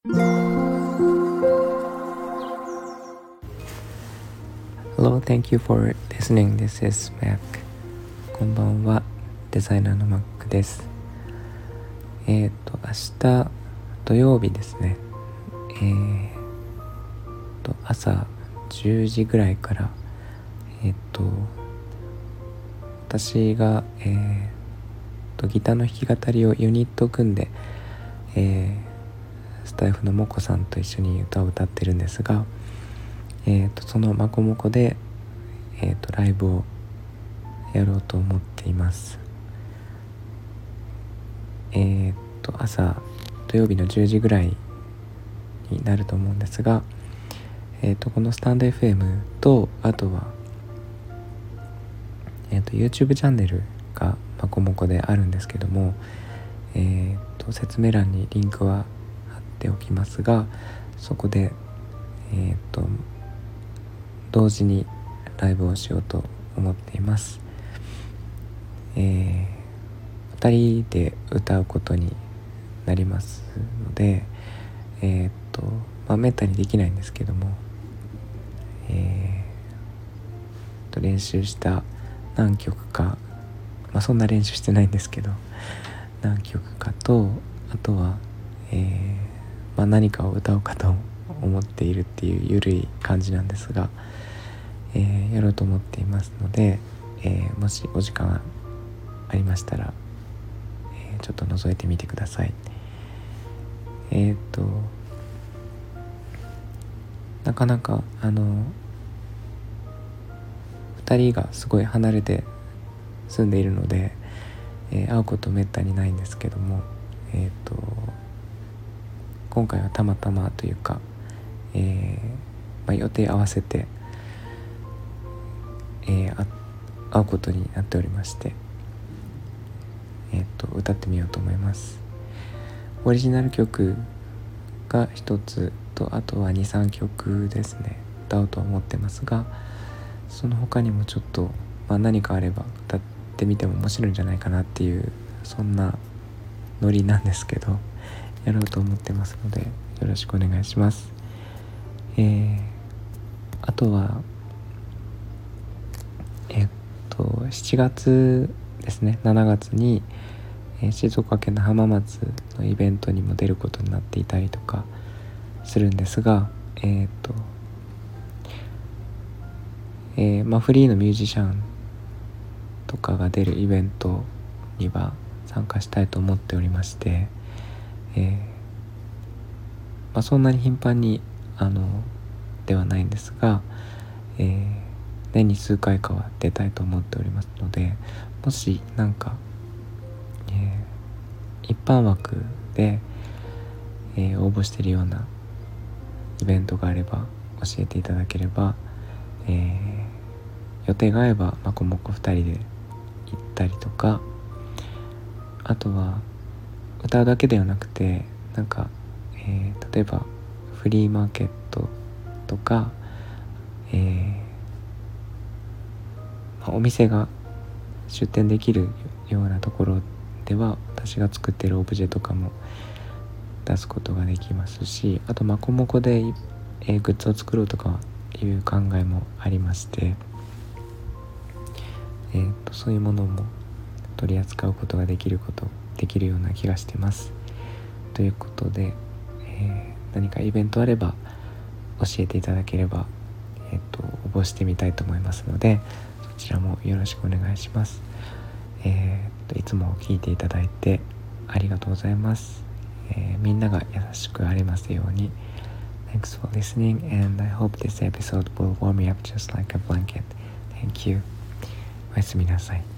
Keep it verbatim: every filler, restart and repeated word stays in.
Hello, thank you for listening. This is Mac. こんばんは、デザイナーの Mac です。えっ、ー、と、明日土曜日ですね。えー、と朝じゅうじぐらいから、えっ、ー、と、私が、えー、とギターの弾き語りをユニットを組んで、えー、スタイフのもこさんと一緒に歌を歌ってるんですが、えー、とそのまこもこで、えー、とライブをやろうと思っています。えー、と朝土曜日のじゅうじぐらいになると思うんですが、えー、とこのスタンド エフエム とあとは、えー、と YouTube チャンネルがまこもこであるんですけども、えー、と説明欄にリンクは貼っておきますが、そこで、えー、と同時にライブをしようと思っています。えー、ふたりで歌うことになりますので、えー、っとまあめったにできないんですけども、えー、と練習した何曲か、まあそんな練習してないんですけど何曲かと、あとは、えーまあ、何かを歌おうかと思っているっていうゆるい感じなんですが、えー、やろうと思っていますので、えー、もしお時間ありましたら、えー、ちょっと覗いてみてください。えっとなかなかあのふたりがすごい離れて住んでいるので、えー、会うことめったにないんですけども、えっと今回はたまたまというか、えーまあ、予定合わせて、えー、会うことになっておりまして、えー、と歌ってみようと思います。オリジナル曲が一つと、あとは にさんきょくですね、歌おうと思ってますが、その他にもちょっと、まあ、何かあれば歌ってみても面白いんじゃないかなっていう、そんなノリなんですけど、やろうと思ってますのでよろしくお願いします。えー、あとはえっとしちがつですね、しちがつに、えー、静岡県の浜松のイベントにも出ることになっていたりとかするんですが、えっと、えーまあ、フリーのミュージシャンとかが出るイベントには参加したいと思っておりまして、えーまあ、そんなに頻繁にあのではないんですが、えー、年に数回かは出たいと思っておりますので、もしなんか、えー、一般枠で、えー、応募しているようなイベントがあれば教えていただければ、えー、予定が合えばまこもこふたりで行ったりとか、あとは歌うだけではなくて、なんか、えー、例えばフリーマーケットとか、えーまあ、お店が出店できるようなところでは私が作っているオブジェとかも出すことができますし、あとまこもこで、えー、グッズを作ろうとかいう考えもありまして、えー、とそういうものも取り扱うことができることできるような気がしてます。ということで、えー、何かイベントあれば教えていただければ、えー、と応募してみたいと思いますので、そちらもよろしくお願いします。えー、といつも聞いていただいてありがとうございます。えー、みんなが優しくありますように。 Thanks for listening, and I hope this episode will warm me up just like a blanket. Thank you. おやすみなさい。